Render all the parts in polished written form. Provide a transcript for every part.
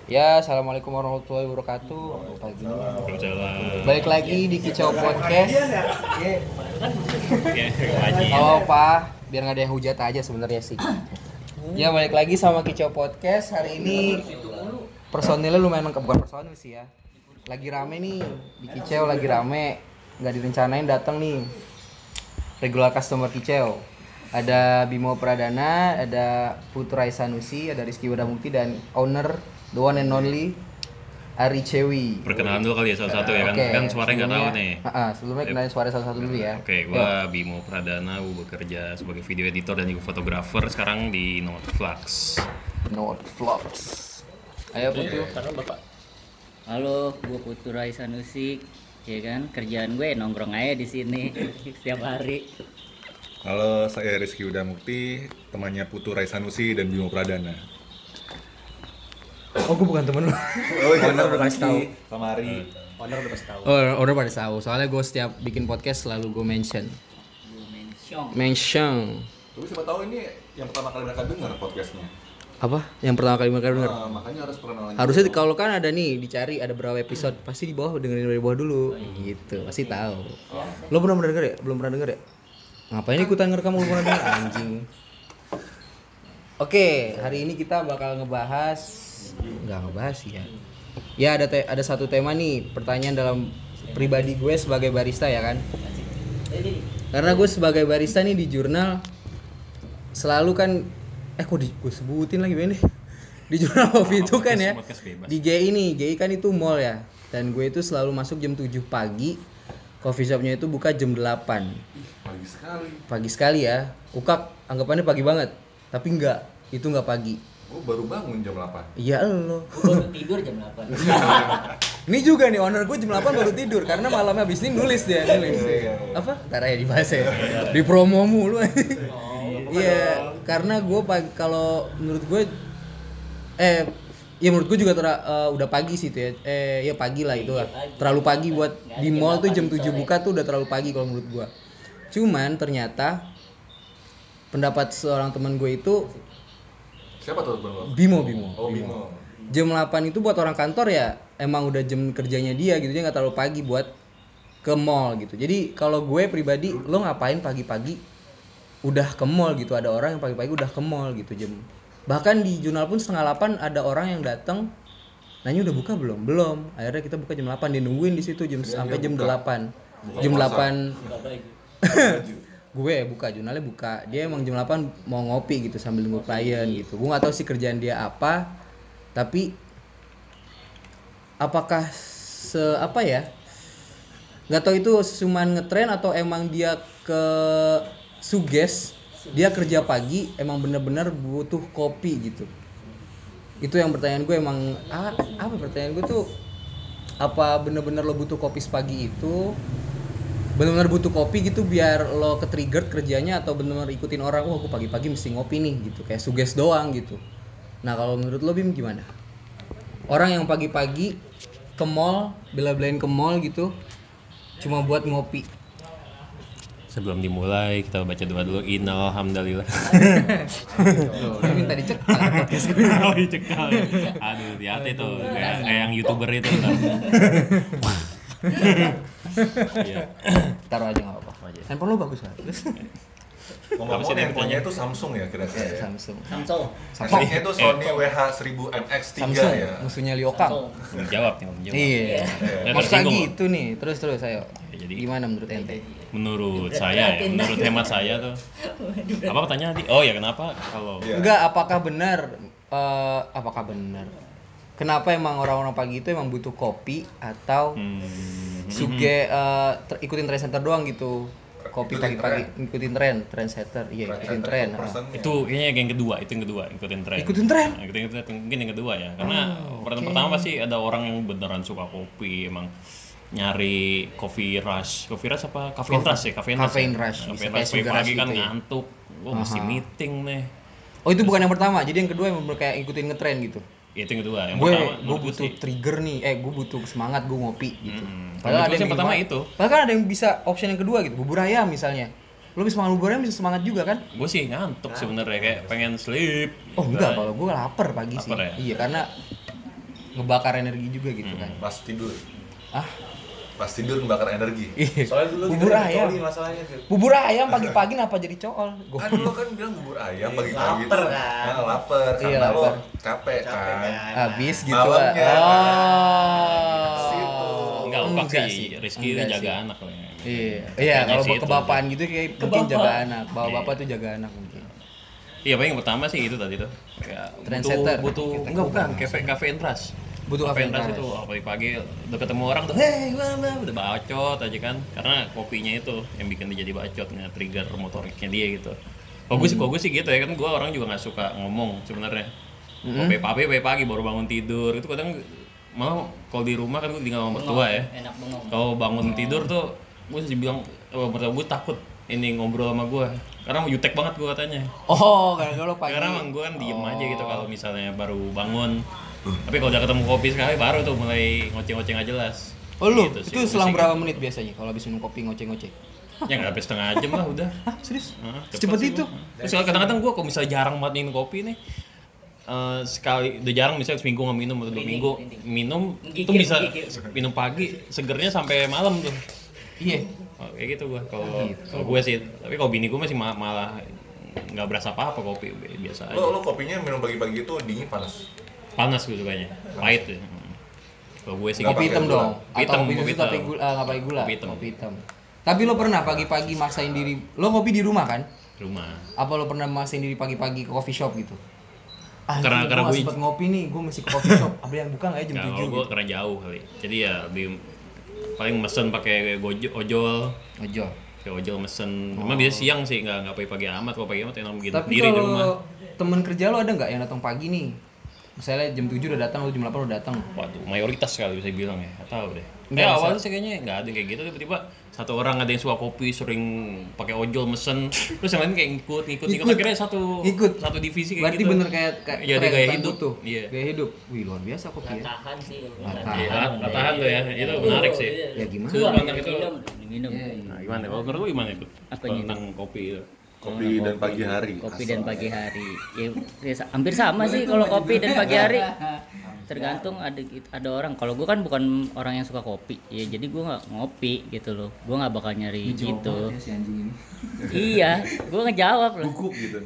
Ya, assalamualaikum warahmatullahi wabarakatuh. Pagi ini. Waalaikumsalam. Balik lagi di Kicau Podcast. Oke, lagi. Oh, Pak, biar nggak ada yang hujat aja sebenarnya sih. Ya, balik lagi sama Kicau Podcast. Hari ini personilnya lumayan lengkap, bukan personil sih ya. Lagi rame nih di Kicau, lagi rame. Nggak direncanain datang nih. Regular customer Kicau. Ada Bimo Pradana, ada Putra Isanusi, ada Rizky Wadamukti dan owner the one and only Ari Cewi. Perkenalan dulu kali ya satu-satu ya kan. Oke, Kan suaranya nggak tahu nih. Sebelumnya kenalin suara satu-satu dulu ya. Oke, gua Bimo Pradana, gua bekerja sebagai video editor dan juga fotografer sekarang di Noteflux. Note Vlogs. Ayo Putu. Halo, gue Putra Isanusi, ya kan? Kerjaan gue nongkrong aja di sini setiap hari. Halo, saya Rizky Wadamukti, temannya Putu Raisanusi dan Bimo Pradana. Oh, gue bukan temen lu. Oh iya, Owner udah pasti tahu. Kamari. Owner pada tahu. Soalnya gue setiap bikin podcast selalu gue mention. Mention. Tapi siapa tahu ini yang pertama kali mereka dengar podcastnya. Apa? Yang pertama kali mereka denger. Makanya harus perkenalan. Harusnya kalau kan ada nih dicari ada berapa episode, pasti di bawah dengerin dari bawah dulu. Gitu, pasti tahu. Lo belum pernah denger ya? Belum pernah denger ya? Ngapain ikutan ngerekam lu pernah denger anjing? Oke, hari ini kita bakal ngebahas sih ya. Ya ada satu tema nih, pertanyaan dalam pribadi gue sebagai barista ya kan. Karena gue sebagai barista nih di jurnal selalu kan gue sebutin lagi Ben. Di jurnal kopi itu kan ya. Di GI kan itu mall ya. Dan gue itu selalu masuk jam 7 pagi. Coffee shopnya itu buka jam 8. Pagi sekali ya. Ukak anggapannya pagi banget. Tapi enggak, itu enggak pagi. Gue baru bangun jam 8. Iya lo. Gue baru tidur jam 8. Ini juga nih owner gue jam 8 baru tidur karena malamnya habis ini nulis. Apa? Ntar aja dibahas ya. Di promo mulu. Iya, karena gue kalau menurut gue ya menurut gue juga udah pagi sih itu ya. Ya pagi lah itu lah. Terlalu pagi buat di mall tuh jam 7 buka tuh udah terlalu pagi kalau menurut gue. Cuman ternyata pendapat seorang teman gue itu Siapa tuh Bang? Bimo. Oh, Bimo. Jam 8 itu buat orang kantor ya emang udah jam kerjanya dia gitu, dia nggak terlalu pagi buat ke mall gitu. Jadi kalau gue pribadi, lo ngapain pagi-pagi udah ke mall gitu? Ada orang yang pagi-pagi udah ke mall gitu bahkan di jurnal pun 7:30 ada orang yang datang nanya udah buka belum? Belum. Akhirnya kita buka jam 8, dia nungguin di situ sampai jam 8. Jam 8 gue buka, jurnalnya buka. Dia emang jam 8 mau ngopi gitu sambil nunggu klien gitu. Gue nggak tahu sih kerjaan dia apa, tapi apakah apa ya? Nggak tahu itu cuman ngetren atau emang dia ke suges dia kerja pagi emang bener-bener butuh kopi gitu. Itu yang pertanyaan gue emang apa pertanyaan gue tuh, apa bener-bener lo butuh kopi sepagi itu, bener-bener butuh kopi gitu biar lo ke-trigger kerjanya, atau bener-bener ikutin orang, gue pagi-pagi mesti ngopi nih gitu, kayak suges doang gitu. Nah kalau menurut lo Bim gimana? Orang yang pagi-pagi ke mall, bela-belain ke mall gitu cuma buat ngopi. Sebelum dimulai kita baca doa dulu. Innalhamdalillah. Lo minta dicekal podcast gue. Oh, dicekal. Aduh, hati-hati tuh. Kayak yang YouTuber itu ntar. Iya. Taruh aja enggak apa-apa. Handphone lo bagus kan? Ngomong-ngomong Apa sih handphonenya itu Samsung ya kira-kira ya? Samsung. Samsungnya itu Sony WH-1000MX3 Samsung, ya? musuhnya Liokang. Jawab. Iya. Ya, Mas tersinggung lagi loh. itu nih, terus ayo. Jadi Gimana menurut ente? menurut saya ya, menurut hemat saya tuh. Apa pertanyaan tadi? Oh ya, kenapa kalau Iya. Enggak, apakah benar? Kenapa emang orang-orang pagi itu emang butuh kopi atau ikutin trendsetter doang gitu? Kopi Ikutin pagi-pagi ngikutin trendsetter. Iya, ikutin tren. itu kayaknya yang kedua, ikutin tren. Ikutin tren? Nah, ikutin tren mungkin yang kedua ya. Karena pertama pasti ada orang yang beneran suka kopi, emang nyari coffee rush apa caffeine rush ya, Caffeine rush. Nah, Bisa caffeine kayak rush sugar pagi rush kan gitu ya. ngantuk, mesti meeting nih. Oh, itu bukan yang pertama. Jadi yang kedua yang bener kayak ikutin ngetren gitu. Itu yang kedua. Yang Gue pertama menurut butuh sih, trigger nih. Gue butuh semangat, gue ngopi gitu. Kalau yang bikin pertama banget. itu. Padahal kan ada yang bisa option yang kedua gitu. Bubur ayam misalnya. Lo bisa makan bubur ayam bisa semangat juga kan? gue sih ngantuk sebenarnya, kayak pengen sleep. Oh enggak, kalau gue lapar pagi sih. Lapar ya? Iya, karena ngebakar energi juga gitu kan. Pas tidur. Ah, Pas tidur ngebakar energi. Soalnya dulu Bubur kita ayam. dicoli masalahnya tuh. bubur ayam pagi-pagi kenapa jadi cool? Kan lo kan bilang bubur ayam pagi-pagi. Laper kan. Nah, lapar Iya, karena lo lapar. capek Capek kan. kan. Habis gitu. Malamnya. Enggak, Pak Enggak sih. Rizky Enggak jaga sih. anak lah. Iya, Kayaknya iya kalau sih buat itu. kebapaan gitu kayak mungkin jaga anak. Bapak tuh jaga anak mungkin. Iya, paling yang pertama sih itu tadi tuh. Kayak Trendsetter. butuh enggak bukan, kafein rush. Butuh Kafein kafein rush rush. itu pagi-pagi udah ketemu orang tuh, "Hei, gimana?" Udah bacot aja kan. Karena kopinya itu yang bikin dia jadi bacot, nge-trigger motoriknya dia gitu. Kalau gue sih gitu ya kan, gue orang juga nggak suka ngomong sebenarnya. Pagi baru bangun tidur itu kadang malah kalau di rumah kan gue tinggal sama mertua ya. Enak bengong. Kalau bangun tidur tuh gue sih bilang, mertua gue takut ini ngobrol sama gue karena mau jutek banget gue katanya. Oh, gara-gara lo pagi. Karena emang gue kan diem aja gitu kalau misalnya baru bangun. Tapi kalau udah ketemu kopi sekali baru tuh mulai ngoceh-ngoceh nggak jelas. Oh lu, Gitu sih, itu gue selang sih berapa gitu. menit biasanya kalau habis minum kopi ngoceh-ngoceh? Ya nggak sampai setengah jam lah udah. Hah, serius? Cepet Secepat sih itu? gua. Terus kadang-kadang gue kalau misalnya jarang banget minum kopi nih, sekali udah jarang misalnya seminggu nggak minum atau 2 minggu minum itu Menggigil, bisa menggigil. minum pagi segernya sampai malam tuh. Iya. Oh, kayak gitu gue kalau gue sih. Tapi kalau bini gue masih malah nggak berasa apa-apa kopi biasa aja. Lo kopinya minum pagi-pagi itu dingin panas. Panas gue sukanya, pahit ya. Kalau gue sih Nggak Kopi pakai hitam gula. dong. Kopi hitam, Atau kopi kopi susu tapi hitam. gula, nggak pakai gula. Kopi hitam. Kopi hitam. Tapi lo pernah pagi-pagi maksain diri, lo ngopi di rumah kan? Rumah. Apa lo pernah maksain diri pagi-pagi ke coffee shop gitu? Karena gue gue- sempet ngopi nih, gue mesti ke coffee shop. Ada yang buka nggak ya jam Nah, 7 kalau gue gitu? karena jauh kali. Jadi ya lebih paling mesen pakai ojol. Ojo. Kayak ojol mesen. Cuma biasa siang sih, nggak pagi-pagi amat. Kalau pagi amat enak gitu Tapi sendiri di rumah. kalau temen kerja lo ada nggak yang datang pagi nih? Misalnya jam 7 udah datang, lo jam 8 udah datang. Waduh, mayoritas kali bisa bilang ya. Nggak tahu deh. Nggak, Ya masa- awalnya sih kayaknya nggak ada yang kayak gitu. Tiba-tiba satu orang ada yang suka kopi, sering pakai ojol mesen. Terus yang lain kayak ngikut. Ikut. Akhirnya Ikut. satu divisi kayak Berarti gitu. bener kayak Jadi tren, gaya tren hidup. butuh. Iya. Gaya hidup. Wih, luar biasa kopi ya. Tahan sih. Tahan. Iya, tahan tuh ya. Itu menarik sih. Ya gimana? Sudut pandang itu. Diminum. Nah, gimana? Kalau menurut lu gimana itu? Apanya Tentang kopi itu. Kopi dan pagi hari. Kopi dan pagi hari. Ya, hampir sama sih kalau kopi dan pagi hari. Tergantung ada orang. Kalau gue kan bukan orang yang suka kopi. Ya jadi gue nggak ngopi gitu loh. Gue nggak bakal nyari gitu. Si anjing ini. Iya, gue ngejawab loh. Guguk gitu.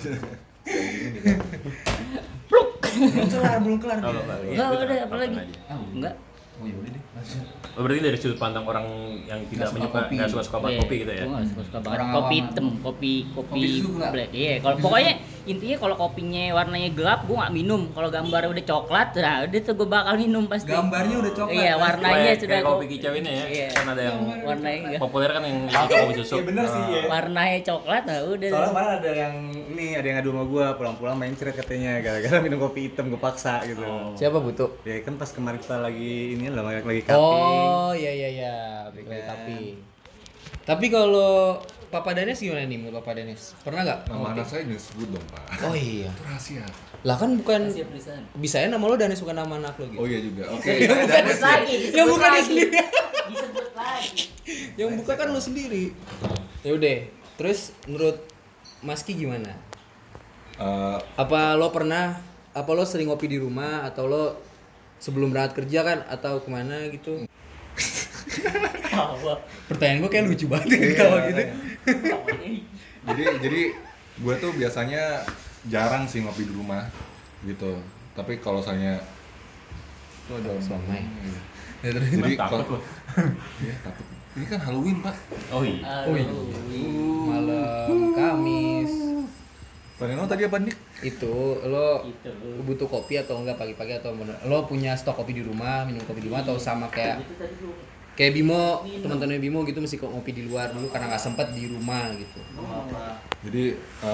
Belum kelar. Enggak udah apa lagi? Enggak. Oh ya udah deh. Oh, berarti dari sudut pandang orang yang tidak suka menyuka, kopi. nggak suka banget kopi gitu ya? Gue nggak suka banget Orang kopi awam hitam, kopi Kopi susu nggak? black. Iya, kalau pokoknya intinya kalau kopinya warnanya gelap, gue nggak minum. Kalau gambarnya udah coklat, nah udah tuh gue bakal minum pasti. Gambarnya udah coklat. Iya, warnanya Kayak- sudah kayak kopi kicau ini ya. Iya. Kan ada yang warnanya enggak. populer kan yang suka kopi susu. Iya bener sih ya. Warnanya coklat, nah udah. Soalnya kemarin ada yang ngadu sama gua pulang-pulang main ceret katanya gara-gara minum kopi hitam gue paksa gitu. Siapa butuh? Ya kan pas kemarin kita lagi ini lah lagi kapi. Oh, iya. Balik tapi. Tapi kalau Papa Danes gimana nih menurut Papa Danes? Pernah nggak? Nama ngopi? anak saya disebut dong, Pak. Oh iya. Itu rahasia. Lah kan bukan Siap tulisan. bisa ya nama lo Danes bukan nama anak lo gitu. Oh iya juga. Oke. Disebut lagi, disebut Yang bukan dia lagi. sendiri. Disebut lagi. Yang buka kan lo sendiri. Ya udah. Terus menurut Mas Ki gimana? Apa lo sering ngopi di rumah atau lo sebelum berangkat kerja kan atau kemana gitu? Pertanyaan gue kayak lucu banget ketawa gitu. jadi gue tuh biasanya jarang sih ngopi di rumah gitu. Tapi kalau misalnya tuh ada Suamai. Jadi Takut kalau lo. ya, takut. Ini kan Halloween, Pak. Oh iya. Oh iya. Malam Kamis. Pak Nino tadi apa nih? Itu lo butuh kopi atau enggak pagi-pagi atau lo punya stok kopi di rumah, minum kopi di rumah atau sama kayak Bimo, teman-teman Bimo gitu mesti ngopi di luar dulu karena nggak sempet di rumah gitu. Jadi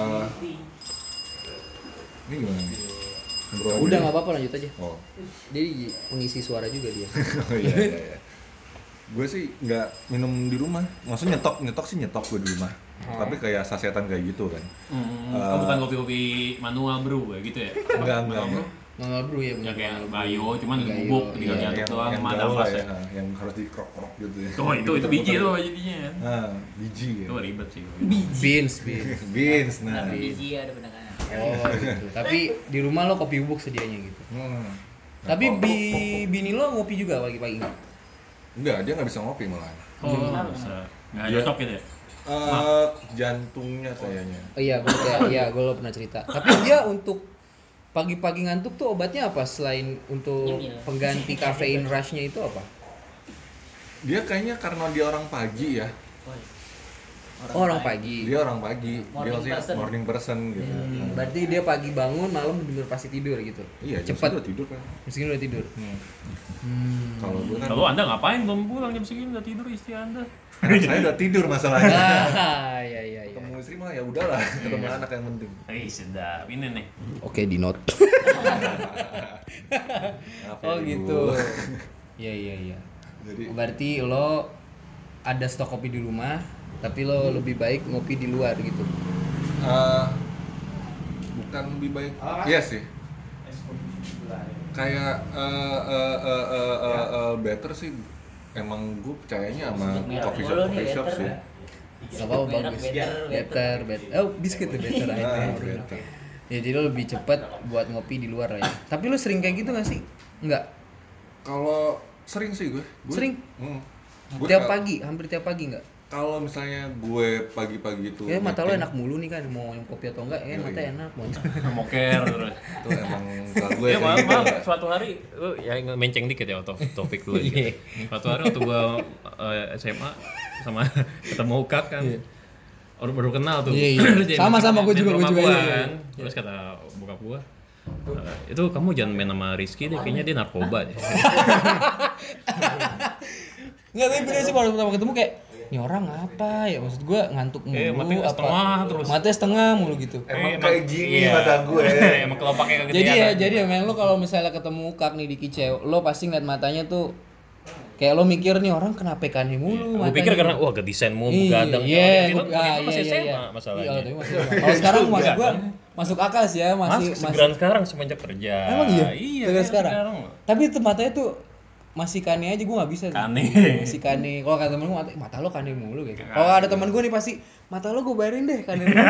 ini gimana nih? Ngobrol aja Udah nih? nggak apa-apa lanjut aja. Oh. Jadi pengisi suara juga dia. Oh iya. Gue sih nggak minum di rumah. Maksudnya nyetok sih nyetok gue di rumah. Tapi kayak sasetan kayak gitu kan. Oh, bukan kopi-kopi manual brew kayak gitu ya? Enggak. Manual brew ya Yang benar. kayak Bayo, cuman bubuk tinggal Iya, diaduk doang yang sama ada gaul ampas lah ya. yang harus dikrok-krok gitu ya. Oh itu biji tuh jadinya kan. Nah, biji ya. Itu ribet sih. Beans. Beans, nah. Biji ada penekanan. Oh gitu. Tapi di rumah lo kopi bubuk sedianya gitu. Hmm. Tapi bini lo ngopi juga pagi-pagi nggak? Enggak, dia nggak bisa ngopi malah. Oh, bisa. Nggak Dia- cocok gitu ya? Jantungnya kayaknya. Oh iya, berarti ya. Iya, gue lo pernah cerita. Tapi dia untuk pagi-pagi ngantuk tuh obatnya apa selain untuk Nyemil. pengganti kafein rush-nya itu apa? Dia kayaknya karena dia orang pagi ya. Oh, orang pagi. Dia orang pagi. Dia Morning masih person. morning person gitu. Berarti dia pagi bangun, malam bener pasti tidur gitu. Iya, jam Cepat. segini udah tidur kan. Meskipun udah tidur. Kalau gue kan Lalu Anda ngapain belum pulang jam segini udah tidur istri Anda? saya udah tidur masalahnya. Ah, iya iya iya. Ketemu istri mah ya udahlah, ketemu anak yang penting. Sedap. Ini nih. Oke, di note. Maaf ya, Oh Ibu. gitu. Iya iya iya. Jadi Berarti lo ada stok kopi di rumah, tapi lo lebih baik ngopi di luar gitu. bukan lebih baik. Iya sih. Kayak better sih. Emang gue percayanya sama coffee shop sih. Gak apa-apa, bagus. Better. Oh, biskuit tuh better aja. Better. Ya, jadi lo lebih cepet buat ngopi di luar lah ya. Tapi lo sering kayak gitu gak sih? Enggak. Kalau sering sih gue. Sering? Gue Tiap pagi, hampir tiap pagi enggak? Kalau misalnya gue pagi-pagi itu Ya mata lo meeting, enak mulu nih kan, mau yang kopi atau enggak, mata enak. Moker terus. itu emang kalau gue Ya kayak maaf, gitu. maaf, suatu hari lu ya menceng dikit ya topik dulu ya. Suatu hari waktu gua SMA sama ketemu Ukak kan. Baru kenal tuh. Iya, iya. Jadi Sama-sama, gua main juga, rumah iya, iya. kan. Terus kata bokap gua, itu kamu jangan main sama Rizky deh, kayaknya dia narkoba deh. Enggak, tapi bener sih kalau pertama ketemu kayak ini orang apa ya, maksud gue ngantuk mulu matanya setengah terus. matanya setengah mulu gitu. Emang Emang- kayak gini iya. mata gue. Emang kelopaknya kegedean. Jadi ya, kan? jadi emang lo kalau misalnya ketemu Kak nih di Kicau, lo pasti ngeliat matanya tuh kayak lo mikir nih orang kenapa ikannya mulu Gue matanya. pikir karena wah desain mulu gadang. Iya, Itu iya, masih iya, iya. SMA masalahnya. Iya, tapi masih SMA. Kalau sekarang maksud gue masuk akal sih ya, masih Segeran sekarang semenjak kerja. Emang iya? Iya. Segeran sekarang? sekarang. Tapi itu matanya tuh masih kane aja, gue nggak bisa tuh. Kane. Masih kane. Kalau kata temen gue mata lo kane mulu gitu. Kalau ada temen gue nih pasti mata lo gue bayarin deh kane mulu.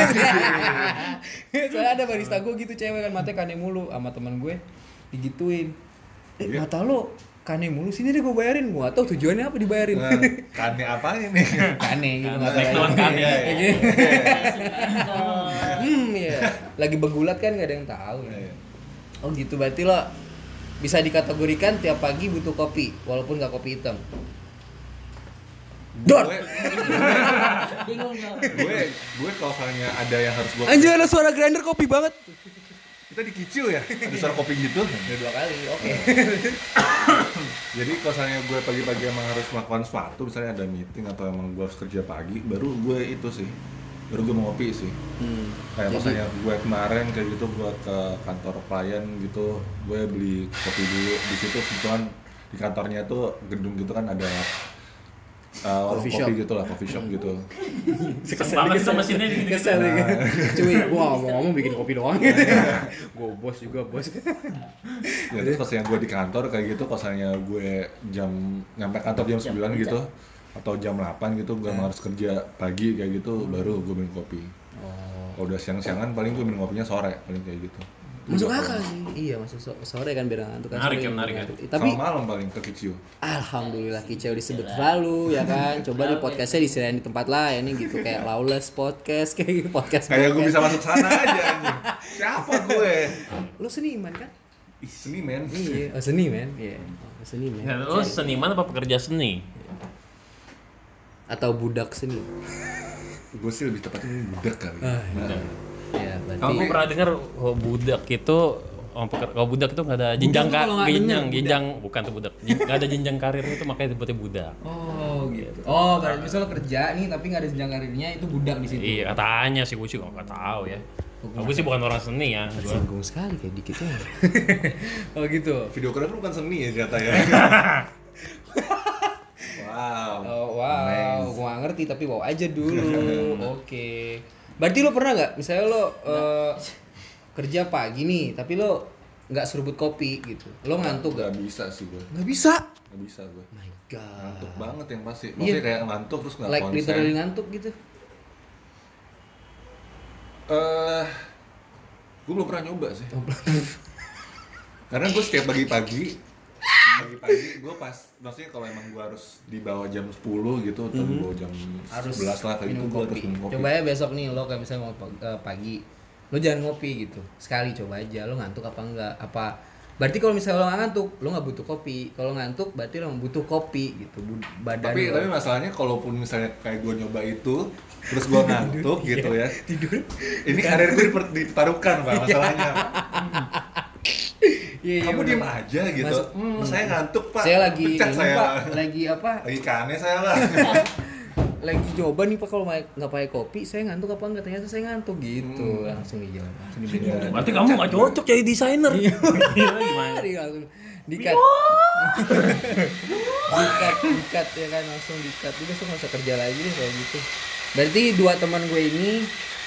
Soalnya ada barista gue gitu cewek kan matanya kane mulu, sama temen gue digituin. Mata lo kane mulu, sini deh gue bayarin. Gue atau tujuannya apa dibayarin. Nah, kane apa ini? Kane gitu mata Teknon kane. iya. Lagi begulat kan gak ada yang tahu. Oh gitu, berarti lo bisa dikategorikan tiap pagi butuh kopi walaupun gak kopi hitam. Dor. Bingung dong. gue kalau misalnya ada yang harus gue Anjir, ada suara grinder kopi banget. kita dikicil ya ada suara kopi gitu. Udah 2 kali. Oke. Jadi kalau misalnya gue pagi-pagi emang harus melakukan sesuatu, misalnya ada meeting atau emang gue harus kerja pagi, baru gue itu sih, baru gue mau ngopi sih. Kayak misalnya gue kemarin kayak gitu, gue ke kantor klien gitu, gue beli kopi dulu. Di situ kebetulan di kantornya tuh gedung gitu kan ada Coffee kopi shop. gitu lah, coffee shop gitu. Kesel banget sama mesinnya gitu. Kesel nih. Cuy, gua ngomong bikin kopi doang. Gua bos juga, bos. Ya terus pas yang gue di kantor kayak gitu, kalau misalnya gue nyampe kantor jam 9 gitu atau jam 8 gitu, gue emang harus kerja pagi kayak gitu, baru gue minum kopi. Kalau udah siang-siangan paling gue minum kopinya sore, paling kayak gitu. Masuk akal sih. Iya, masuk sore kan biar ngantuk kan. Menarik sore ya, menarik ya. Tapi Sama malam paling ke Kicau. alhamdulillah Kicau disebut selalu ya kan. Coba di podcastnya disediain di tempat lain nih gitu, kayak Lawless Podcast kayak gitu, podcast. Kayak gue bisa masuk sana aja anjing. Siapa gue? Lu seniman kan? Seniman. Iya, oh seniman. Iya. Oh, seniman. Ya, lo seniman apa pekerja seni? Atau budak seni. Gue sih lebih tepatnya budak kali. Ya, berarti Kamu pernah dengar budak itu kalau budak itu nggak ada jenjang tuh kalau nggak denger, jenjang bukan tuh budak nggak ada jenjang karir itu makanya disebutnya budak. Oh gitu. Oh, berarti misalnya kerja nih tapi nggak ada jenjang karirnya, itu budak di situ. Iya katanya sih gue sih nggak tahu ya. Gue sih bukan orang seni ya. Gua. Singgung sekali kayak dikitnya. Oh gitu. Videografer bukan seni ya ternyata ya. Wow. Oh wow, gua nggak ngerti tapi wow aja dulu. Oke. Berarti lo pernah nggak, misalnya lo kerja pagi nih, tapi lo nggak seruput kopi gitu, lo ngantuk Gak gak? bisa sih gue. Nggak bisa. Gak bisa gue. My God. Ngantuk banget yang pasti. Iya. Maksudnya kayak ngantuk terus nggak Like konsen. literally ngantuk gitu. Gue belum pernah nyoba sih. Karena gue setiap pagi-pagi gue pas, maksudnya kalau emang gue harus di bawah jam 10 gitu atau di bawah jam 11 lah kayak gitu, minum gue harus kopi. minum kopi. Coba ya besok nih lo kayak misalnya mau pagi, lo jangan ngopi gitu. Sekali coba aja, lo ngantuk apa enggak? Berarti kalau misalnya lo nggak ngantuk, lo nggak butuh kopi. Kalau ngantuk, berarti lo butuh kopi gitu. Badan Tapi lo. masalahnya kalaupun misalnya kayak gue nyoba itu, terus gue ngantuk gitu ya. Tidur. Ini karir gue dipertaruhkan Pak masalahnya. Iya, Kamu bener. diem aja gitu. Saya ngantuk Pak. Saya lagi Pecat ini, saya. Pak, lagi apa? Lagi kane saya Pak. Lagi coba nih Pak kalau nggak pakai kopi, saya ngantuk apa enggak? Ternyata saya ngantuk gitu. Langsung dijawab. Langsung dibilang. Berarti kamu nggak cocok jadi desainer. Gila gimana? Langsung dikat. dikat ya kan, langsung dikat. Udah nggak usah kerja lagi deh kalau gitu. Berarti dua teman gue ini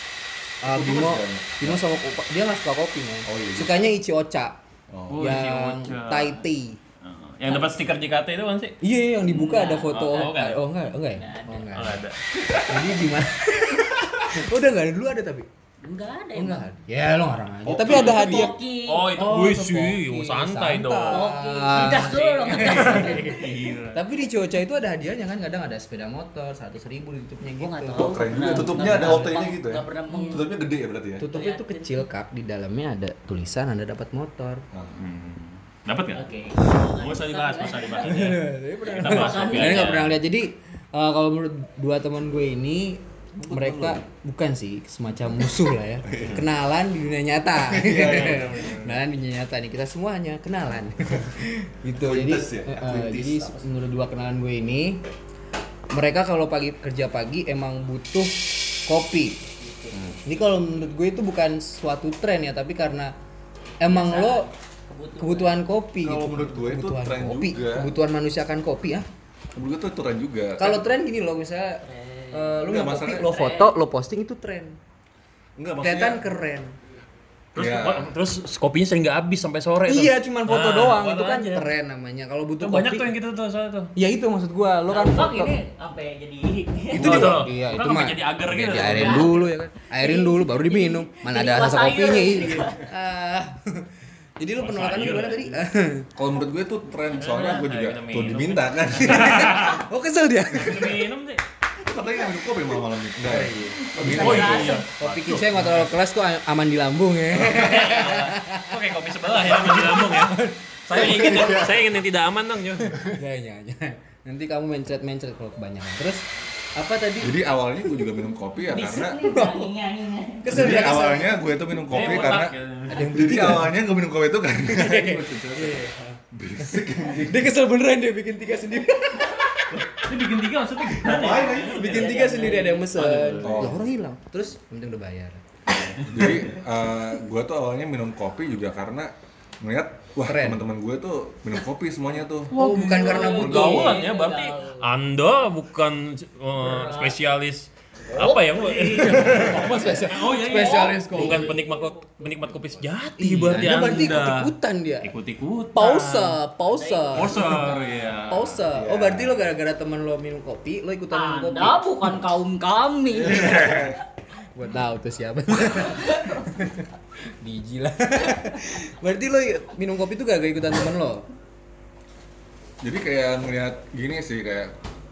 Bimo sama dia nggak suka kopi man. Oh, iya. Sukanya Ichi Ocha. Oh, yang Ichi Ocha. Thai tea. Yang dapat stiker JKT itu kan sih? Iya, yang dibuka ada foto. Oh, enggak. Enggak ya? Oh, nggak ada. Jadi gimana? Udah enggak ada, dulu ada tapi. Enggak ada Oh, enggak emang. ada. Ya lo ngarang aja. Tapi ada hadiah. Koki. Oh, itu Oh, gue itu sih, kopi. santai dong. Koki. Ngegas dulu, ngegas. Gila. Tapi di Coca itu ada hadiahnya kan, kadang ada sepeda motor 100.000 ditutupnya Gua gitu. nggak tahu. Oh, keren juga. Nggak Tutupnya ada pernah OT-nya meng- gitu ya. nggak pernah meng- Tutupnya gede ya berarti ya. Tutupnya tuh kecil kak, di dalamnya ada tulisan Anda dapat motor. Nah. Dapat nggak? Oke. Nggak usah dibahas aja. Kita bahas kopi Ini aja. nggak pernah lihat. Jadi kalau menurut dua teman gue ini mereka bukan sih semacam musuh lah ya, kenalan di dunia nyata, kenalan di dunia nyata nih kita semuanya kenalan, gitu. Jadi Acquaintance ya? jadi menurut dua kenalan gue ini mereka kalau kerja pagi emang butuh kopi. Ini kalau menurut gue itu bukan suatu tren ya, tapi karena emang lo kebutuhan kopi Kalau gitu. menurut gue itu Kebutuhan tren kopi, juga. kebutuhan manusia akan kopi ya. Menurut gue tuh tren juga. Kalau tren gini loh, misalnya lo Enggak, minum kopi, masalahnya- lo foto, lo posting itu tren. Enggak Kelihatan maksudnya. keren. Terus, Ya. terus kopinya sering nggak habis sampai sore tuh. Iya, cuman foto doang, foto itu kan aja. tren namanya. Kalau butuh Tuh, kopi, banyak tuh yang gitu tuh soalnya tuh. ya itu maksud gua, lo kan Fuck, foto. ini sampai jadi Itu Wah, juga, tuh. iya Kan itu sampai mah. jadi agar gitu. Diairin dulu ya kan, airin dulu baru diminum. Mana Jadi ada rasa kuah kopinya sayur. ini. Jadi lo penolakannya gimana tadi? Kalau menurut gue tuh tren, soalnya gue juga minum. tuh diminta kan. Oh kesel dia. Minum sih. Katanya minum kopi malam-malam nih. Enggak. Oh iya. Kopi saya nggak terlalu keras kok, aman di lambung ya. Kok kayak kopi sebelah ya di lambung ya. Saya ingin yang tidak aman dong, Jo. Jangan. Nanti kamu mencret kalau kebanyakan. Terus apa tadi? Jadi awalnya gue juga minum kopi ya karena Kesel jadi dia, kesel. awalnya gue tuh minum kopi Kayak karena botak, gitu. Ada yang jadi bertiga. awalnya gue minum kopi itu karena Dia kesel beneran dia bikin 3 sendiri. Ini bikin 3 maksudnya gimana? Bikin 3 sendiri ada yang mesen. Oh. Lah orang hilang. Terus yang penting udah bayar. jadi gue tuh awalnya minum kopi juga karena ngeliat wah Keren. teman-teman gue tuh minum kopi semuanya tuh. Oh, bukan karena butuh. Pergaulan ya, berarti Anda bukan spesialis apa ya? Apa spesialis? Oh iya, Spesialis kopi. bukan penikmat kopi sejati Iya, berarti dia berarti Anda. ikut-ikutan dia. Ikut-ikutan. Pausa. Poser ya. Pausa. Oh, berarti lo gara-gara teman lo minum kopi, lo ikutan minum kopi. Anda bukan kaum kami. Gua tahu tuh siapa. Biji lah. Berarti lo minum kopi tuh gara-gara ikutan temen lo. Jadi kayak ngeliat gini sih kayak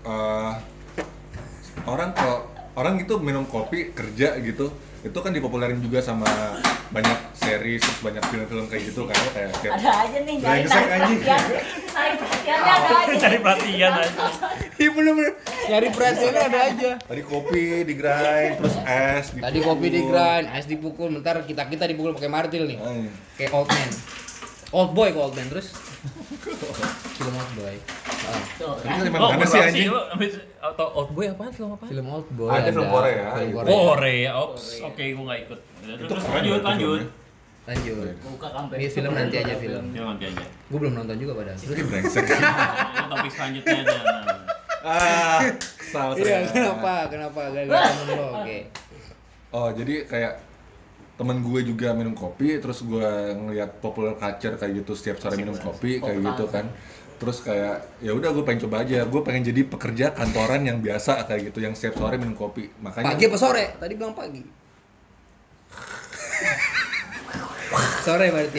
orang itu minum kopi kerja gitu itu kan dipopulerin juga sama banyak series terus banyak film-film kayak gitu kan kayak Ada aja nih nyari Brengsek, anjing. Cari perhatiannya ada aja. Cari perhatian aja. Iya bener-bener. Nyari perhatiannya ada aja. tadi kopi di grind terus es dipukul. Tadi kopi di grind, es dipukul, bentar kita dipukul pakai martil nih. Ay. Kayak old man. Old boy kok old man terus. Film old boy. Tuh, Ini kan. kan Oh, mana sih berarti anjing lo atau Outboy apaan? Film apaan? Film old boy. Ada film Korea. Film Ada. Korea. Korea. Ops. Oke, gua enggak ikut. Terus keren lanjut. berarti Lanjut. filmnya. Lanjut. Buka sampai. Ini film nanti aja film. Film nanti aja. Gue belum nonton juga padahal. Ini brengsek. Itu topik selanjutnya aja. Nah. Salah Iya, saya. kenapa? Gara-gara temen lo. Oke. Oh, jadi kayak temen gue juga minum kopi, terus gue ngeliat popular culture kayak gitu setiap sore minum kopi kayak gitu kan. Terus kayak ya udah gue pengen coba aja, gue pengen jadi pekerja kantoran yang biasa kayak gitu, yang setiap sore minum kopi. Makanya Pagi apa sore? Tadi bilang pagi. Sore berarti ya.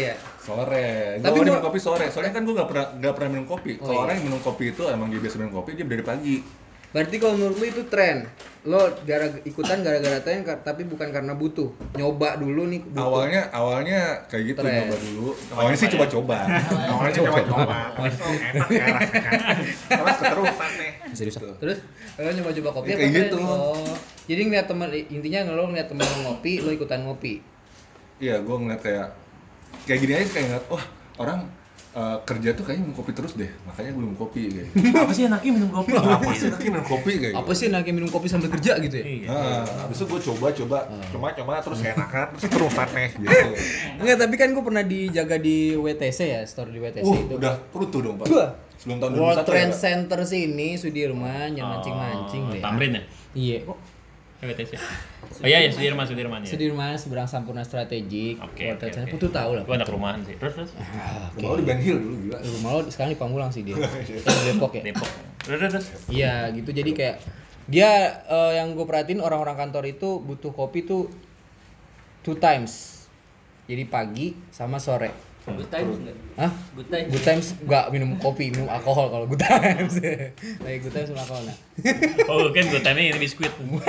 Sore. Tapi Tapi minum gua- kopi sore. Soalnya kan gue nggak pernah minum kopi. Oh, Kalau iya. orang yang minum kopi itu emang dia biasa minum kopi dia dari pagi. Berarti kalau menurut lu itu tren. Lo ikutan gara-gara tren tapi bukan karena butuh. Nyoba dulu nih butuh. Awalnya kayak gitu Tren. nyoba dulu. Awalnya sih coba-coba. Awalnya coba-coba. Enak ya rasanya. Terus keterusan nih. Serius. Terus lo nyoba-coba kopi Ya, apa kayak tren? gitu. Oh. Jadi ngeliat teman intinya lo ngeliat temen lo ngopi, lo ikutan ngopi. Iya, gue ngeliat kayak gini aja kayak ngeliat, wah orang kerja tuh kayaknya minum kopi terus deh, makanya gue minum kopi kayak. Apa sih enaknya minum kopi? Apa sih lagi minum kopi kayak? Apa sih enaknya minum kopi sambil kerja gitu ya? Iya. Habis itu gue coba terus enakan terus keterusan nih gitu. Enggak, tapi kan gue pernah dijaga di WTC ya, store di WTC itu. Udah perut tuh dong pak. Wah. Sebelum tahun 2001 World Trade ya, Pak? Center sini Sudirman, jangan mancing-mancing deh. Tamrin ya? Iya. WTC. Oh iya ya, Sudirman ya. Sudirman seberang Sampurna Strategik. Oke, World Trade oke, Center. oke. Putu tahu lah. Gua anak rumahan sih. Terus. Rumah lo di Ben Hill dulu gila. Rumah lo sekarang di Pamulang sih dia. Di Depok ya. Depok. Terus. Iya gitu, jadi kayak dia yang gue perhatiin orang-orang kantor itu butuh kopi tuh 2 times. Jadi pagi sama sore. Good times enggak? Hah? Good times. Good times nggak minum kopi, minum alkohol kalau good times. Lagi good times minum alkohol nah. Oh, kan gue tanya ini biskuit.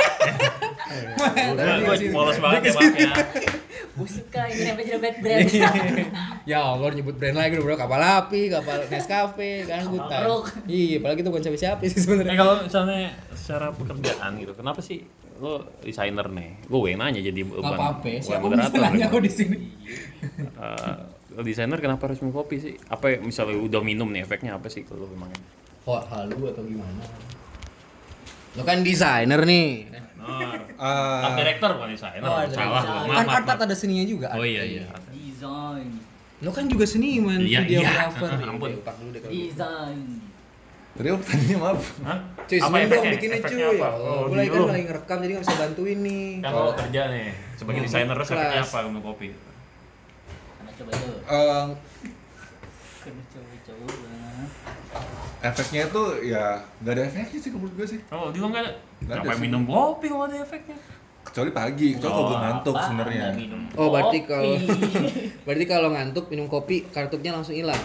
Gue Iya, polos banget ya, maaf ya. Gue suka ini nyebut brand. Ya Allah nyebut brand lagi bro, kapal api, kapal Nescafe, kan good times. Rock. Iya, apalagi itu bukan siapa-siapa sih sebenarnya. Kalau misalnya secara pekerjaan gitu, kenapa sih lo desainer nih? Gue yang nanya jadi Gak apa-apa, siapa moderator bisa nanya gitu. kok di sini. Desainer kenapa harus minum kopi sih? Apa misalnya udah minum nih efeknya apa sih kalau memang? Kok halu atau gimana? Lo kan desainer nih. Art director bukan desainer. Salah gua. Kan Maaf. art ada seninya juga. Oh iya iya. Design. Lo kan juga seniman, Iya, videographer. iya. Ampun. Utak dulu deh kalau gitu. Design. Tadi apa tanya maaf? Hah? Cuy, Apa sebenernya dong efeknya? bikinnya Efeknya cuy. apa? Oh, Oh, gue lagi kan dulu. lagi ngerekam jadi gak bisa bantuin nih. Kan lo kerja nih sebagai desainer terus efeknya Kelas. apa minum kopi? Mana coba tuh. Coba. Efeknya itu ya nggak ada efeknya sih menurut gue sih. Oh, dia nggak ada. Nggak ada Ngapain sih. minum kopi kalau ada efeknya? Kecuali pagi, kecuali kalau gue ngantuk Apa sebenarnya. Anda minum Oh, berarti kopi? kalau berarti kalau ngantuk minum kopi kartuknya langsung hilang.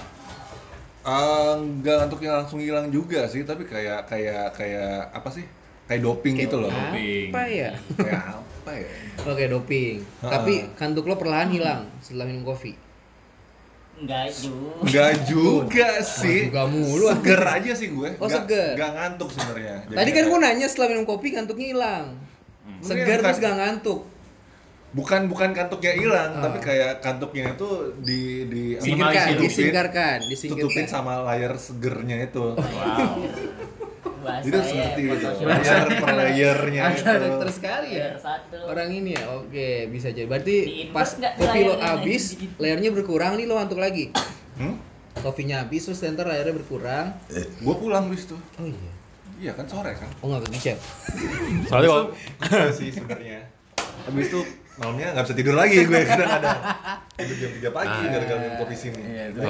Nggak ngantuknya langsung hilang juga sih, tapi kayak apa sih? Kayak doping gitu loh. Doping. Apa ya? Kayak apa ya? Oke, doping. Tapi kantuk lo perlahan hilang setelah minum kopi. Enggak juga. Nggak juga sih. juga mulu. Seger aja sih gue. Oh, seger. Nggak ngantuk sebenarnya. Jadi Tadi kan kayak- gue nanya setelah minum kopi kantuknya hilang. Seger Bukan. terus gak ngantuk. bukan kantuknya hilang, Ah. tapi kayak kantuknya itu di Singkirkan, Tutupin. disingkarkan, tutupin disingkirkan. sama layar segernya itu. Wow. Bahasa Jadi harus ngerti gitu. Photoshop. Layer per layernya Ada itu. karakter sekali ya. Layer satu. Orang ini ya, oke bisa jadi. Berarti Di-invert pas nggak kopi lo layarnya? habis, layarnya berkurang nih lo ngantuk lagi. Hmm? Kopinya habis terus ntar layarnya berkurang. Gue pulang bis tuh. Oh iya. Iya kan sore kan. Oh nggak bisa. Soalnya kalau Iya sih sebenarnya. Habis itu malamnya nggak bisa tidur lagi gue kadang-kadang. Tidur jam 3 pagi gara-gara minum kopi sini.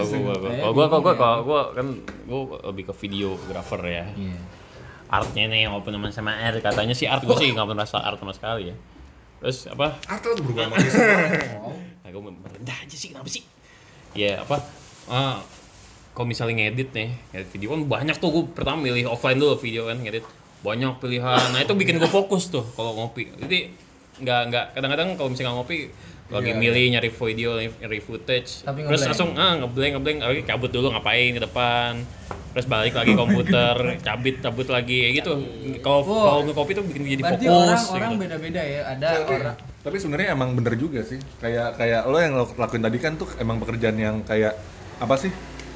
kalau gue kan gue lebih ke videographer ya. Iya. Artnya nih walaupun teman sama art katanya sih art gue sih nggak merasa art sama sekali ya. Terus apa? Artel tuh berubah manis banget. Nah, gue merendah aja sih kenapa sih? Ya apa? Kalau misalnya ngedit nih, ngedit video kan banyak tuh. Gue pertama milih offline dulu video kan ngedit banyak pilihan. Nah itu bikin gue fokus tuh kalau ngopi. Jadi nggak kadang-kadang kalau misalnya ngopi lagi milih nyari video, nyari footage, Tapi terus ngeblank. langsung ngeblank lagi cabut dulu ngapain ke depan, terus balik lagi komputer, cabut lagi kayak gitu. Kalau ngekopi tuh bikin jadi Berarti fokus. orang gitu. beda-beda ya. Ada orang. Tapi sebenarnya emang bener juga sih. Kayak lo yang lo lakuin tadi kan tuh emang pekerjaan yang kayak apa sih?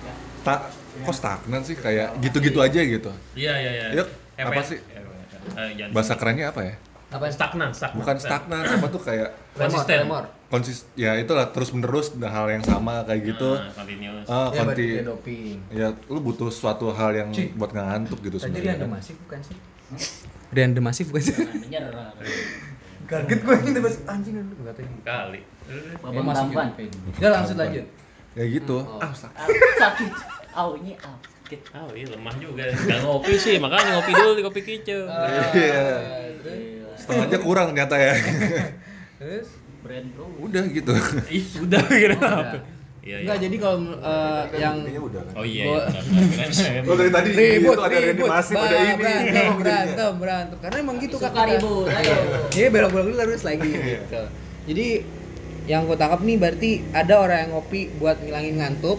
Kok stagnan sih kayak gitu-gitu aja gitu. Iya. Yuk, apa sih? Bahasa kerennya apa ya? Apa stagnan. Bukan stagnan, apa tuh kayak Konsisten. Tremor. ya itulah terus menerus hal yang sama kayak gitu. Continuous. Ya berarti Konti kayak doping. ya lu butuh suatu hal yang buat nggak ngantuk gitu Tadi sebenarnya. Rian Masif bukan sih? Rian Masif bukan sih? Menyerah. Kaget gue ini bahas anjing kan enggak tahu. Kali. Babang Tampan. Ya langsung lanjut. Ya gitu. Sakit. Aunya sakit. Oh iya lemah juga. Gak ngopi sih, makanya ngopi dulu di kopi kicau. Iya. Setengah aja kurang ternyata ya. Terus Brand bro. Udah gitu. Ih, udah kira apa? Iya, Enggak, jadi kalau yang Intinya udah kan. Oh iya, Gua- benar. Oh dari tadi ribut, itu ada reanimasi pada ini. berantem. Karena emang gitu Suka kakak. ribut, ayo. Iya belok-belok dulu terus lagi gitu. Jadi yang gue tangkap nih berarti ada orang yang ngopi buat ngilangin ngantuk.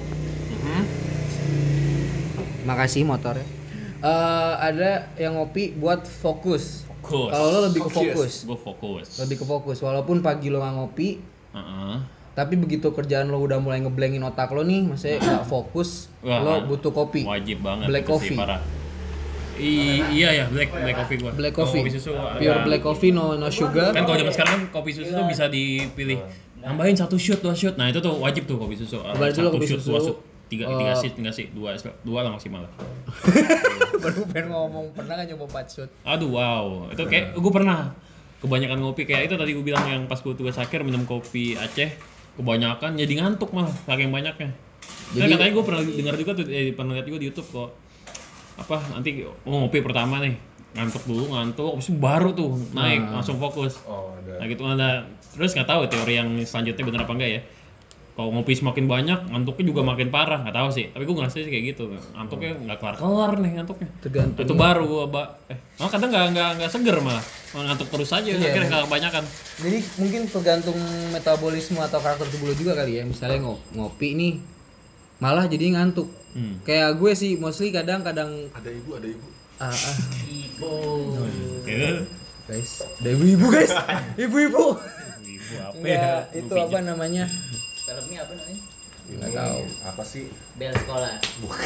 Makasih motornya. Ada yang ngopi buat fokus. Fokus. Kalau lo lebih ke fokus. Gue fokus. Lebih ke fokus. Walaupun pagi lo nggak ngopi, Heeh. tapi begitu kerjaan lo udah mulai ngeblankin otak lo nih, maksudnya nggak fokus, Wah, lo butuh kopi. Wajib banget. Black itu sih, coffee. parah. Iya ya, black coffee gua. Black Kalau coffee. kopi susu Pure ada- black coffee, no sugar. Kan kalau zaman sekarang kan kopi susu tuh bisa dipilih. Nambahin 1 shoot, 2 shoot. Nah, itu tuh wajib tuh kopi susu. Berarti lo 1 kopi shoot, susu, 2 shoot. 3 shoot enggak sih? 2 lah maksimal. Baru pengen ngomong, pernah nggak nyoba 4 shot? Aduh, wow. Itu kayak gue pernah kebanyakan ngopi kayak itu tadi gue bilang yang pas gue tugas akhir minum kopi Aceh kebanyakan jadi ngantuk malah saking banyaknya. Jadi katanya gue pernah dengar juga tuh pernah lihat juga di YouTube kok apa nanti ngopi pertama nih ngantuk habis itu baru tuh naik langsung fokus. Oh, ada. Nah gitu ada terus nggak tahu teori yang selanjutnya benar apa enggak ya. Kalau ngopi semakin banyak, ngantuknya juga makin parah. Nggak tahu sih, tapi gue ngerasa sih kayak gitu. Ngantuknya nggak kelar-kelar nih ngantuknya. Tergantung. Itu baru gue, kadang nggak seger malah ngantuk terus aja. Iya. Akhirnya kebanyakan. Jadi mungkin tergantung metabolisme atau karakter tubuh lo juga kali ya. Misalnya ngopi nih, malah jadi ngantuk. Kayak gue sih, mostly kadang-kadang Ada ibu. Ibu. Gitu. guys, ada ibu-ibu guys, ibu-ibu. Ibu apa ya? Enggak, itu apa namanya? Filmnya apa namanya? Nggak tahu. Apa sih? Bel sekolah.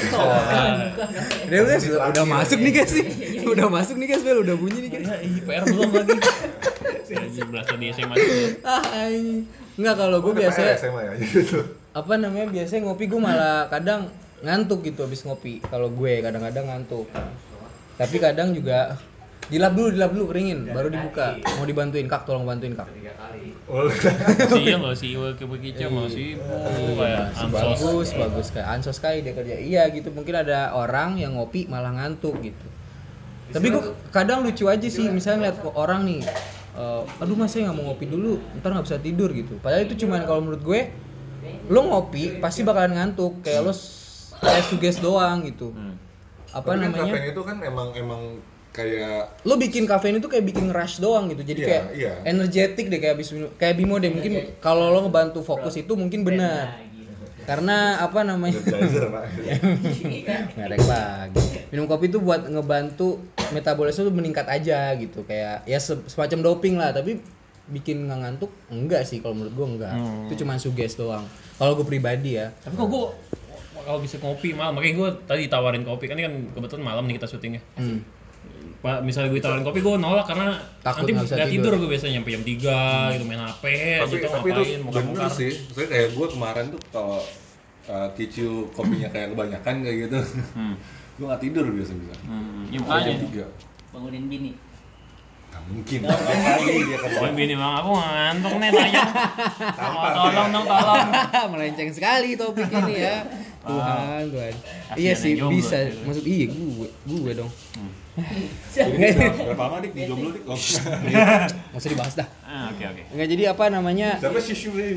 Udah masuk nih guys sih. Udah masuk nih guys, Bel udah bunyi nih guys. PR belum lagi. Jadi berasa di SMA dulu. Anjing. Enggak, kalau gue biasanya SMA ya gitu. apa namanya, biasanya ngopi gue malah kadang ngantuk gitu habis ngopi. Kalau gue kadang-kadang ngantuk. Tapi kadang juga dilap dulu keringin baru dibuka. Mau dibantuin Kak, tolong bantuin Kak. Oh, Kasihan loh si Iwa Kebekica mau sibuk kayak ansos. Bagus kayak ansos sekali dia kerja. Iya gitu, mungkin ada orang yang ngopi malah ngantuk gitu. Tapi gue kadang lucu aja sih, misalnya lihat orang nih, aduh mas saya nggak mau ngopi dulu, ntar nggak bisa tidur gitu. Padahal itu cuman kalau menurut gue, lo ngopi pasti bakalan ngantuk, kayak lo kayak suges doang gitu. Apa tapi kan namanya? kafein itu kan emang kayak Lo bikin kafein itu kayak bikin rush doang gitu, jadi Iya, kayak iya. energetik deh, kayak abis minum, kayak Bimo deh. Mungkin kalau lo ngebantu fokus itu mungkin benar, karena apa namanya, Energizer, Pak. merek lagi. Minum kopi itu buat ngebantu metabolisme tuh meningkat aja gitu, kayak ya semacam doping lah. Tapi bikin nggak ngantuk enggak sih, kalau menurut gue enggak. Itu cuma suges doang kalau gue pribadi ya. Tapi kok gue kalau bisa ngopi malam, makanya gue tadi tawarin kopi kan ini kan kebetulan malam nih kita syutingnya. Pak, misalnya gue tawarin kopi gue nolak karena Takut nanti nggak bisa nggak tidur tidur. gue biasanya sampai jam 3 gitu main HP tapi gitu itu ngapain bener muka-muka. sih. Maksudnya kayak gue kemarin tuh kalau kicil kopinya kayak kebanyakan kayak gitu, gue nggak tidur biasa-biasa. Ya Jam makanya. 3. Bangunin bini. Nggak mungkin. Pagi dia kan. Oh bini bang, aku ngantuk nih tanya. Tolong dong, tolong. Melenceng sekali topik ini ya. Tuhan. Iya sih yang jomblo bisa. itu. Maksud iya gue dong. Jadi berapa lama dik di jomblo dik? Oh. Nggak usah dibahas dah. Oke. Enggak, jadi apa namanya? Siapa shishu ya?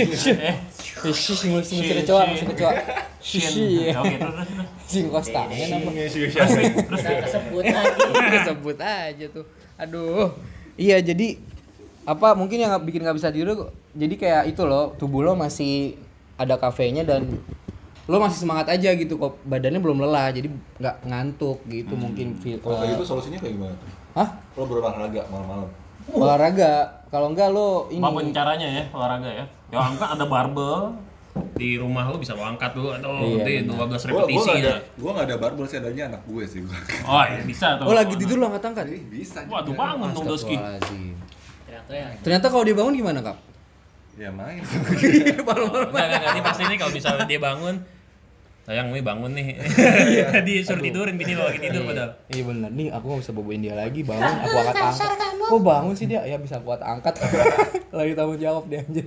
Sing kecoa. Shishi. Oke, terus. Sing kostangan apa? Kesebut lagi. Kesebut aja tuh. Aduh. Iya, jadi apa mungkin yang bikin nggak bisa tidur, jadi kayak itu loh, tubuh lo masih ada kafeinnya dan lo masih semangat aja gitu, kok badannya belum lelah, jadi nggak ngantuk gitu. Mungkin Kalau kayak gitu solusinya kayak gimana tuh? Hah? Lo berolahraga malam-malam. Olahraga. Kalau enggak lo ini Apapun caranya ya olahraga ya. Ya angkat ada barbel di rumah lu bisa lo angkat dulu atau Iya, di 12 Gue repetisi ya. nggak ada barbel sih, adanya anak gue sih. Oh iya bisa tuh. Oh, lagi tidur lo angkat-angkat. Bisa. Waduh bangun dong Doski. Astagfirullahaladzim. Teriak-teriak. Ternyata kalau dia bangun gimana, Kak? Ya main. Enggak, ini pasti nih kalau misalnya dia bangun sayang nih bangun nih. Tadi suruh tidurin bini lo lagi tidur padahal. Iya bener nih, aku nggak bisa boboin dia lagi, bangun aku angkat. Oh bangun sih dia, ya bisa kuat angkat. Lagi tanggung jawab dia anjir.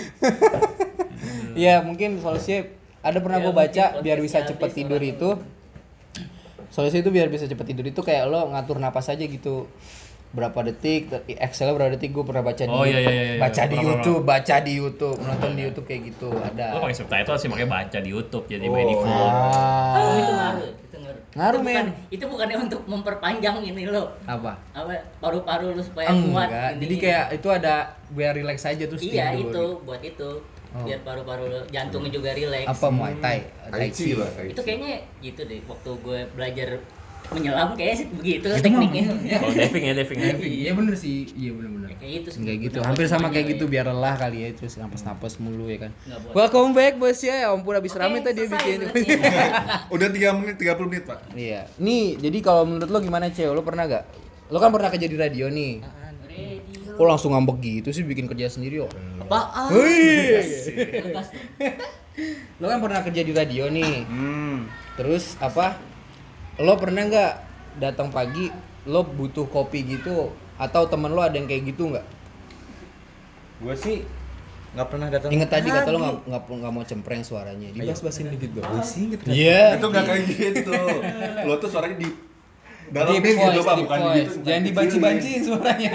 Iya mungkin solusinya ada pernah gue baca biar bisa cepet tidur itu. Solusi itu biar bisa cepet tidur itu kayak lo ngatur napas aja gitu. berapa detik, Excel berapa detik, gue pernah baca Oh, iya. baca di Pernah. YouTube, baca di YouTube, nonton di YouTube kayak gitu Lo ada. pakai subtitle sih, makanya baca di YouTube jadi by default. Oh, itu Ah, ngaruh, itu ngaruh. Ngaruh, Itu bukan- men. Itu bukannya untuk memperpanjang ini lo. apa? Apa paru-paru lu supaya kuat. Enggak, ini. jadi kayak itu ada biar relax aja terus iya tidur. itu buat itu. Oh. Biar paru-paru lu jantungnya juga rileks. Apa Muay Thai? Tai Chi. lah, Tai Itu Chi. kayaknya gitu deh waktu gue belajar menyelam kayaknya sih begitu Itu tekniknya. Oh, diving ya. Iya bener sih, iya bener. Kayak gitu sih. Kayak gitu, Udah hampir buat sama semuanya kayak ya. gitu biar lelah kali ya, terus napas mulu ya kan. Nggak buat. Welcome back bos ya, ampun habis Oke, rame tadi dia selesai bikin. berarti. Udah 3 menit, 30 menit, Pak. Iya, nih jadi kalau menurut lo gimana Ceo? Lo pernah gak? Lo kan pernah kerja di radio nih. Radio. Kok langsung ngambek gitu sih bikin kerja sendiri kok? Apaan? Wih. Lepas. Lo kan pernah kerja di radio nih. Hmm. Terus apa? Lo pernah nggak datang pagi lo butuh kopi gitu atau temen lo ada yang kayak gitu nggak? Gue sih nggak pernah datang. Ingat tadi kata lo nggak mau cempreng suaranya. Dibahas-bahasin dikit dong. Gue sih inget. Iya. Itu nggak kayak gitu. Lo tuh suaranya di dalam Deep gitu, voice, Pak, deep bukan voice. gitu. Jangan dibanci-banciin suaranya.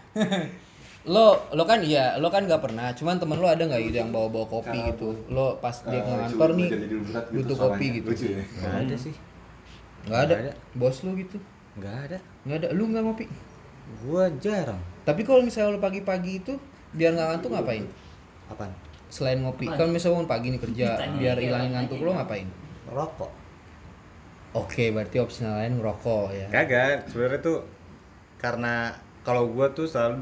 lo kan iya, lo kan nggak pernah. Cuman temen lo ada nggak gitu yang bawa kopi gitu? Lo pas dia ke kantor nih butuh kopi gitu. Lucu ya. Nggak ada sih. Nggak ada. Nggak ada. Bos lo gitu? Nggak ada. Nggak ada. Lu nggak ngopi? Gue jarang. Tapi kalau misalnya lo pagi-pagi itu biar nggak ngantuk ngapain? Apaan? Selain ngopi, kan misalnya bangun pagi nih kerja, biar hilangin ngantuk lo ngapain? Rokok. Oke, berarti opsional lain ngerokok ya. Kagak, sebenarnya tuh karena kalau gue tuh selalu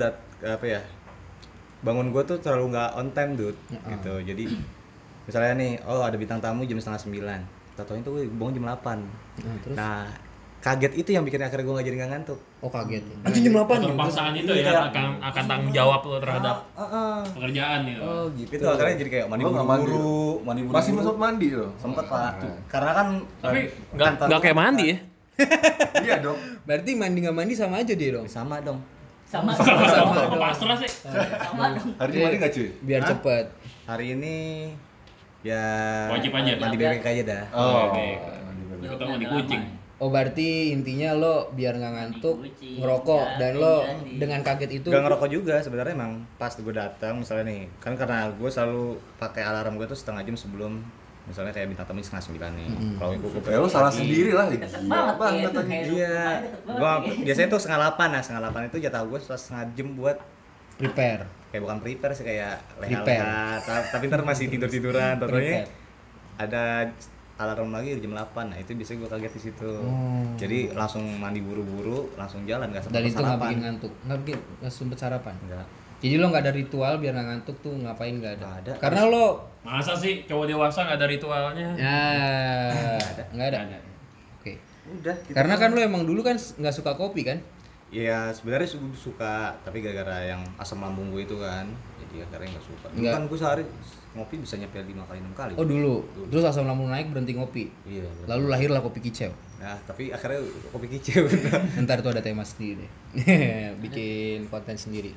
bangun gue tuh selalu nggak on time gitu. Jadi misalnya nih, ada bintang tamu jam 8:30, tatonya tuh gue bangun jam 8. Nah, terus? Nah, kaget itu yang bikin akhirnya gue nggak jadi nggak ngantuk. Oh kaget. Anjing jam 8 gitu. Paksaan itu ya akan tanggung jawab lo terhadap pekerjaan gitu. Oh gitu. Itu akhirnya jadi kayak mandi Lo nggak mandi? mandi Masih masuk mandi lo. sempet Pak. Karena kan Tapi kantor nggak kayak mandi ya. Iya dong. Berarti mandi nggak mandi sama aja dia dong. sama dong. Sama Sama dong. Pasrah sih. sama dong. Hari ini mandi nggak cuy? Biar cepet. Hari ini ya Wajib aja. mandi bebek aja dah. Oh. Oke. Kita mandi kucing. Oh berarti intinya lo biar nggak ngantuk Kucing. ngerokok dan lo Jadi. dengan kaget itu. Gak ngerokok juga sebenarnya, emang pas gue datang misalnya nih, kan karena gue selalu pakai alarm gue tuh setengah jam sebelum misalnya kayak bintang tamu 8:30 nih. Kalau gue Ya lo salah sendiri lah. Deket Gila banget banget kayak tadi. kayak Iya, deket banget gue kayak. biasanya tuh 7:30. Nah 7:30 itu jatah gue setengah jam buat Prepare. kayak bukan prepare sih, kayak Prepare. leha-leha. Tapi ntar masih tidur-tiduran. Tentunya Prepare. ada alarm lagi di jam 8. Nah itu biasanya gue kaget di situ. Oh. Jadi langsung mandi buru-buru, langsung jalan, gak Dan sempet itu nggak sarapan. bikin ngantuk, nggak sempet sarapan. Enggak. Jadi lo nggak ada ritual biar nggak ngantuk tuh ngapain nggak ada? Nggak ada. Karena lo Masa sih cowok dewasa nggak ada ritualnya? ya nggak ada. Nggak ada. Oke. Udah. gitu Karena doang. kan lo emang dulu kan nggak suka kopi kan? Iya sebenarnya suka, tapi gara-gara yang asam lambung gue itu kan, jadi akhirnya nggak suka. Dulu Nggak. kan gue sehari ngopi bisa nyampe 5 kali 6 kali. Oh dulu. Terus asam lambung naik berhenti ngopi. Iya. Lalu lahirlah kopi kicau. Nah tapi akhirnya kopi kicau. Ntar tuh ada tema sendiri deh. Bikin konten sendiri.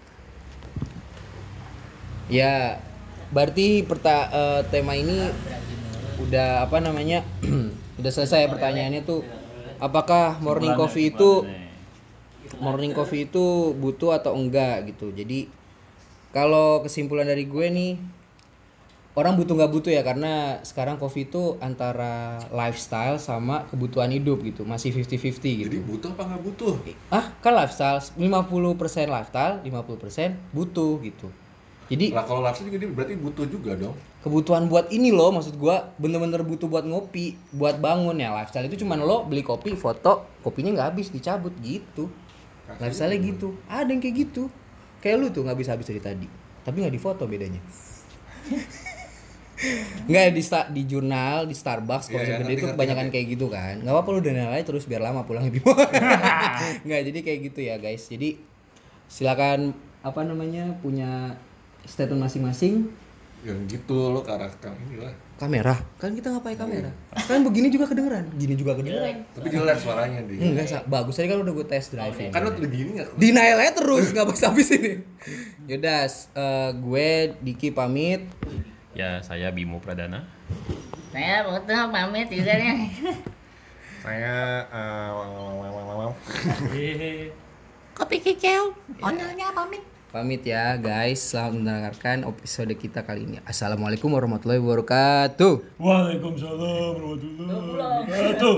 Ya, berarti tema ini udah apa namanya? Udah selesai ya pertanyaannya tuh. Apakah morning coffee itu butuh atau enggak gitu. Jadi kalau kesimpulan dari gue nih, orang butuh nggak butuh ya, karena sekarang coffee itu antara lifestyle sama kebutuhan hidup gitu, masih 50-50 gitu. Jadi butuh apa nggak butuh? Kan lifestyle 50% lifestyle, 50% butuh gitu. Jadi Lah kalau lifestyle juga dia berarti butuh juga dong. kebutuhan buat ini loh, maksud gua bener-bener butuh buat ngopi, buat bangun ya. Lifestyle itu cuman lo beli kopi, foto, kopinya nggak habis, dicabut gitu. Lifestyle gitu. Ada yang kayak gitu. Kayak lu tuh nggak habis dari tadi. Tapi nggak difoto bedanya. Nggak di jurnal, di Starbucks kalau Iya, segede ngerti, itu ngerti, kebanyakan ngerti. kayak gitu kan. Nggak apa-apa lu dan lain terus biar lama pulangnya di Nggak, jadi kayak gitu ya guys. Jadi silakan apa namanya punya statement masing-masing. Yang gitu lo ke arah kang inilah. Kamera kan kita nggak pakai kamera kan begini juga kedengeran, gini juga kedengeran. Tapi jelek suaranya deh. Enggak bagus tadi kan udah gue test drive ini. Kan lo udah gini nggak? Denial aja terus nggak habis ini. Yaudah, gue Diki pamit. Ya saya Bimo Pradana. Saya butuh pamit juga nih. Saya Kopi kicau. Ownernya pamit. Pamit ya guys, selamat mendengarkan episode kita kali ini. Assalamualaikum warahmatullahi wabarakatuh. Waalaikumsalam warahmatullahi wabarakatuh.